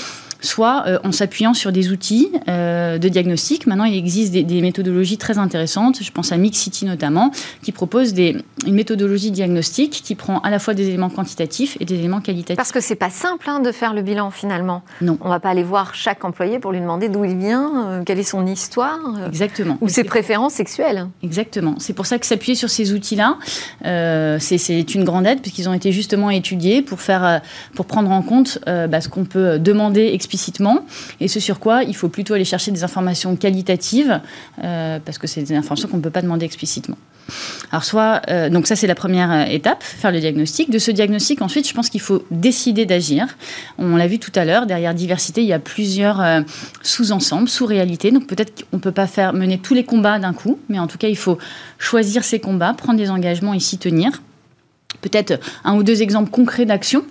[SPEAKER 5] soit euh, en s'appuyant sur des outils euh, de diagnostic. Maintenant, il existe des, des méthodologies très intéressantes, je pense à Mixity notamment, qui propose des, une méthodologie diagnostique qui prend à la fois des éléments quantitatifs et des éléments qualitatifs.
[SPEAKER 1] Parce que c'est pas simple hein, de faire le bilan finalement.
[SPEAKER 5] Non.
[SPEAKER 1] On va pas aller voir chaque employé pour lui demander d'où il vient, euh, quelle est son histoire, euh,
[SPEAKER 5] Exactement.
[SPEAKER 1] ou ses préférences sexuelles.
[SPEAKER 5] Exactement. C'est pour ça que s'appuyer sur ces outils-là, euh, c'est, c'est une grande aide, puisqu'ils ont été justement étudiés pour, faire, euh, pour prendre en compte euh, bah, ce qu'on peut demander explicitement, et ce sur quoi il faut plutôt aller chercher des informations qualitatives, euh, parce que c'est des informations qu'on ne peut pas demander explicitement. Alors soit, euh, donc ça c'est la première étape, faire le diagnostic. De ce diagnostic, ensuite, je pense qu'il faut décider d'agir. On l'a vu tout à l'heure, derrière diversité, il y a plusieurs euh, sous-ensembles, sous-réalités. Donc peut-être qu'on ne peut pas faire mener tous les combats d'un coup, mais en tout cas, il faut choisir ces combats, prendre des engagements et s'y tenir. Peut-être un ou deux exemples concrets d'actions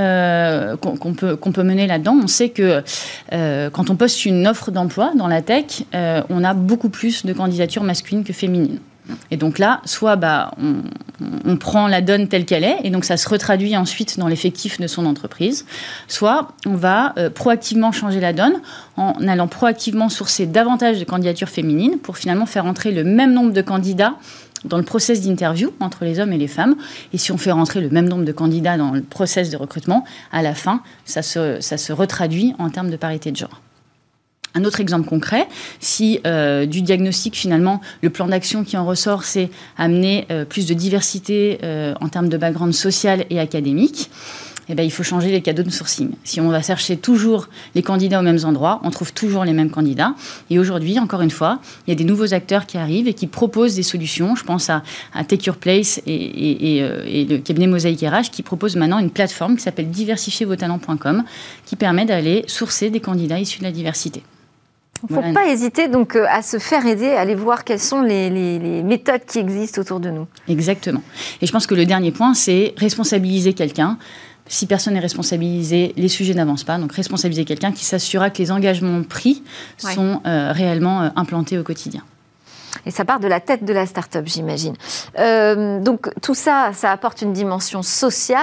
[SPEAKER 5] euh, qu'on, qu'on, peut, qu'on peut mener là-dedans. On sait que euh, quand on poste une offre d'emploi dans la tech, euh, on a beaucoup plus de candidatures masculines que féminines. Et donc là, soit bah, on, on prend la donne telle qu'elle est, et donc ça se retraduit ensuite dans l'effectif de son entreprise, soit on va euh, proactivement changer la donne en allant proactivement sourcer davantage de candidatures féminines pour finalement faire entrer le même nombre de candidats dans le process d'interview entre les hommes et les femmes. Et si on fait rentrer le même nombre de candidats dans le process de recrutement, à la fin, ça se, ça se retraduit en termes de parité de genre. Un autre exemple concret, si euh, du diagnostic, finalement, le plan d'action qui en ressort, c'est amener euh, plus de diversité euh, en termes de background social et académique, eh bien, il faut changer les canaux de sourcing. Si on va chercher toujours les candidats aux mêmes endroits, on trouve toujours les mêmes candidats. Et aujourd'hui, encore une fois, il y a des nouveaux acteurs qui arrivent et qui proposent des solutions. Je pense à, à Take Your Place et, et, et, et le cabinet Mosaïque R H qui propose maintenant une plateforme qui s'appelle diversifier vos talents point com qui permet d'aller sourcer des candidats issus de la diversité.
[SPEAKER 1] Il ne faut voilà. pas hésiter donc à se faire aider, à aller voir quelles sont les, les, les méthodes qui existent autour de nous.
[SPEAKER 5] Exactement. Et je pense que le dernier point, c'est responsabiliser quelqu'un. Si personne n'est responsabilisé, les sujets n'avancent pas. Donc responsabiliser quelqu'un qui s'assurera que les engagements pris ouais. sont euh, réellement euh, implantés au quotidien.
[SPEAKER 1] Et ça part de la tête de la start-up, j'imagine. Euh, donc tout ça, ça apporte une dimension sociale.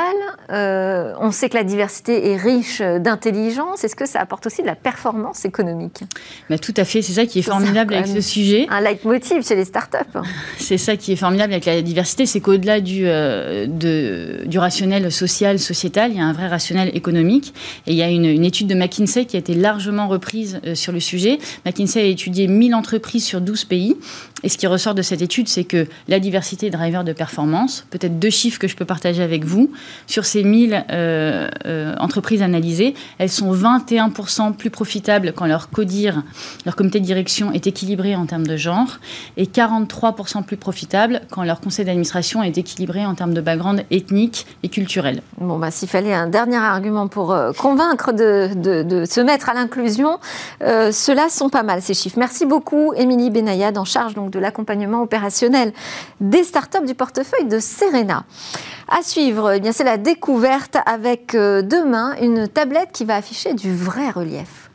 [SPEAKER 1] Euh, on sait que la diversité est riche d'intelligence. Est-ce que ça apporte aussi de la performance économique ?
[SPEAKER 5] Bah, tout à fait, c'est ça qui est c'est formidable ça, avec ce sujet.
[SPEAKER 1] Un leitmotiv chez les start-up.
[SPEAKER 5] C'est ça qui est formidable avec la diversité, c'est qu'au-delà du, euh, de, du rationnel social, sociétal, il y a un vrai rationnel économique. Et il y a une, une étude de McKinsey qui a été largement reprise euh, sur le sujet. McKinsey a étudié mille entreprises sur douze pays. Et ce qui ressort de cette étude, c'est que la diversité est driver de performance. Peut-être deux chiffres que je peux partager avec vous. Sur ces mille euh, euh, entreprises analysées, elles sont vingt et un pour cent plus profitables quand leur CODIR, leur comité de direction, est équilibré en termes de genre, et quarante-trois pour cent plus profitables quand leur conseil d'administration est équilibré en termes de background ethnique et culturel.
[SPEAKER 1] Bon, bah, s'il fallait un dernier argument pour euh, convaincre de, de, de se mettre à l'inclusion, euh, ceux-là sont pas mal, ces chiffres. Merci beaucoup, Émilie Benayad, en charge donc, de l'accompagnement opérationnel des startups du portefeuille de Serena. À suivre, eh bien, c'est la découverte avec euh, demain une tablette qui va afficher du vrai relief.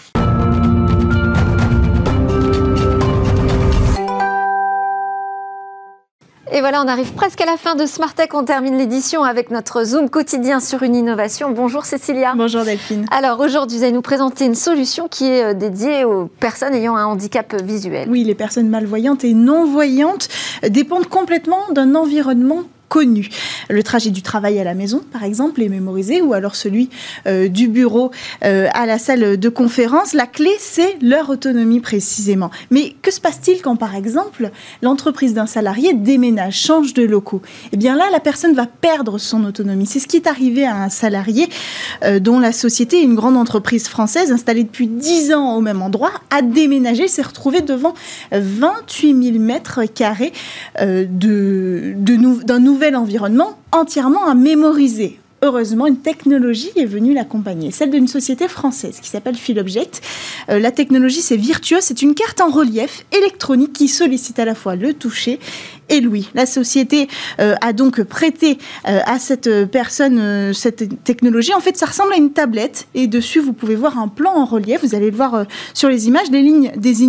[SPEAKER 1] Et voilà, on arrive presque à la fin de Smart Tech. On termine l'édition avec notre Zoom quotidien sur une innovation. Bonjour Cécilia.
[SPEAKER 6] Bonjour Delphine.
[SPEAKER 1] Alors aujourd'hui, vous allez nous présenter une solution qui est dédiée aux personnes ayant un handicap visuel.
[SPEAKER 6] Oui, les personnes malvoyantes et non-voyantes dépendent complètement d'un environnement connu. Le trajet du travail à la maison, par exemple, est mémorisé, ou alors celui euh, du bureau euh, à la salle de conférence. La clé, c'est leur autonomie précisément. Mais que se passe-t-il quand, par exemple, l'entreprise d'un salarié déménage, change de locaux ? Eh bien là, la personne va perdre son autonomie. C'est ce qui est arrivé à un salarié euh, dont la société, une grande entreprise française installée depuis dix ans au même endroit, a déménagé, s'est retrouvé devant vingt-huit mille mètres carrés euh, de, de nou- d'un nouveau environnement entièrement à mémoriser. Heureusement, une technologie est venue l'accompagner, celle d'une société française qui s'appelle Philobject. Euh, la technologie, c'est virtueux, c'est une carte en relief électronique qui sollicite à la fois le toucher et l'ouïe. La société euh, a donc prêté euh, à cette personne euh, cette technologie. En fait, ça ressemble à une tablette et dessus, vous pouvez voir un plan en relief. Vous allez le voir euh, sur les images, les lignes désignent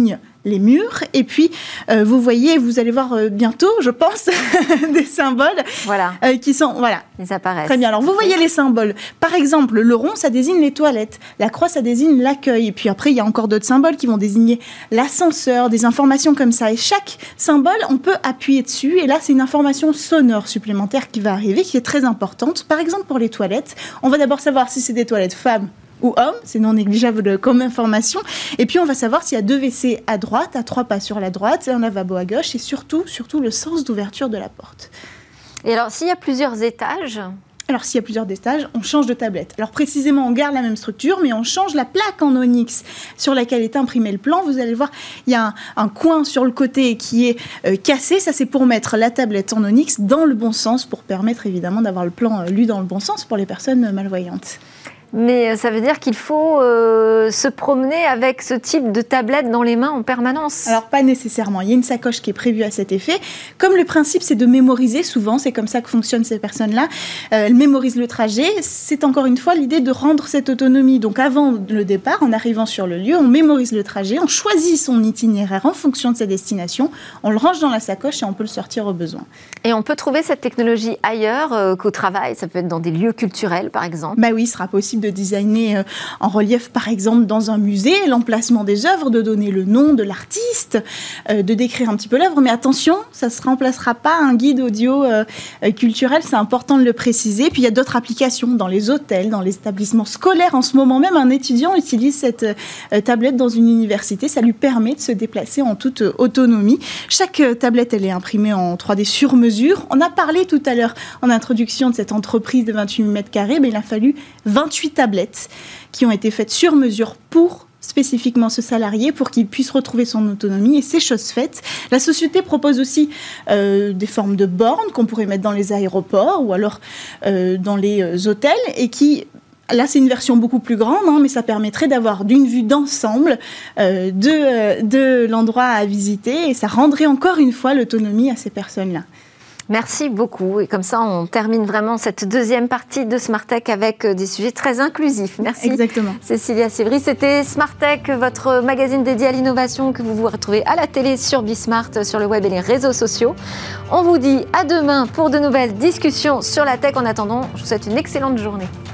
[SPEAKER 6] les murs. Et puis, euh, vous voyez, vous allez voir euh, bientôt, je pense, des symboles
[SPEAKER 1] voilà.
[SPEAKER 6] euh, qui sont... Voilà.
[SPEAKER 1] Ils apparaissent.
[SPEAKER 6] Très bien. Alors, vous voyez les symboles. Par exemple, le rond, ça désigne les toilettes. La croix, ça désigne l'accueil. Et puis après, il y a encore d'autres symboles qui vont désigner l'ascenseur, des informations comme ça. Et chaque symbole, on peut appuyer dessus. Et là, c'est une information sonore supplémentaire qui va arriver, qui est très importante. Par exemple, pour les toilettes, on va d'abord savoir si c'est des toilettes femmes ou hommes, c'est non négligeable comme information. Et puis, on va savoir s'il y a deux W C à droite, à trois pas sur la droite, et un lavabo à gauche, et surtout, surtout le sens d'ouverture de la porte.
[SPEAKER 1] Et alors, s'il y a plusieurs étages...
[SPEAKER 6] Alors, s'il y a plusieurs étages, on change de tablette. Alors, précisément, on garde la même structure, mais on change la plaque en onyx sur laquelle est imprimé le plan. Vous allez voir, il y a un, un coin sur le côté qui est euh, cassé. Ça, c'est pour mettre la tablette en onyx dans le bon sens, pour permettre évidemment d'avoir le plan euh, lu dans le bon sens pour les personnes malvoyantes.
[SPEAKER 1] Mais ça veut dire qu'il faut euh, se promener avec ce type de tablette dans les mains en permanence.
[SPEAKER 6] Alors, pas nécessairement. Il y a une sacoche qui est prévue à cet effet. Comme le principe, c'est de mémoriser, souvent, c'est comme ça que fonctionnent ces personnes-là. Euh, elles mémorisent le trajet. C'est encore une fois l'idée de rendre cette autonomie. Donc, avant le départ, en arrivant sur le lieu, on mémorise le trajet, on choisit son itinéraire en fonction de sa destination, on le range dans la sacoche et on peut le sortir au besoin.
[SPEAKER 1] Et on peut trouver cette technologie ailleurs euh, qu'au travail. Ça peut être dans des lieux culturels, par exemple.
[SPEAKER 6] Bah oui, il sera possible de designer euh, en relief, par exemple, dans un musée, l'emplacement des œuvres, de donner le nom de l'artiste, euh, de décrire un petit peu l'œuvre. Mais attention, ça ne se remplacera pas un guide audio euh, euh, culturel, c'est important de le préciser. Puis il y a d'autres applications dans les hôtels, dans les établissements scolaires. En ce moment même, un étudiant utilise cette euh, tablette dans une université. Ça lui permet de se déplacer en toute euh, autonomie. Chaque euh, tablette, elle est imprimée en trois D sur mesure. On a parlé tout à l'heure en introduction de cette entreprise de vingt-huit mètres carrés, mais il a fallu vingt-huit tablettes qui ont été faites sur mesure pour spécifiquement ce salarié, pour qu'il puisse retrouver son autonomie, et c'est chose faite. La société propose aussi euh, des formes de bornes qu'on pourrait mettre dans les aéroports ou alors euh, dans les euh, hôtels, et qui... Là, c'est une version beaucoup plus grande, hein, mais ça permettrait d'avoir d'une vue d'ensemble euh, de, euh, de l'endroit à visiter, et ça rendrait encore une fois l'autonomie à ces personnes-là.
[SPEAKER 1] Merci beaucoup. Et comme ça, on termine vraiment cette deuxième partie de Smart Tech avec des sujets très inclusifs. Merci.
[SPEAKER 6] Exactement.
[SPEAKER 1] Cécilia Sévry. C'était Smart Tech, votre magazine dédié à l'innovation que vous vous retrouvez à la télé, sur Bismart, sur le web et les réseaux sociaux. On vous dit à demain pour de nouvelles discussions sur la tech. En attendant, je vous souhaite une excellente journée.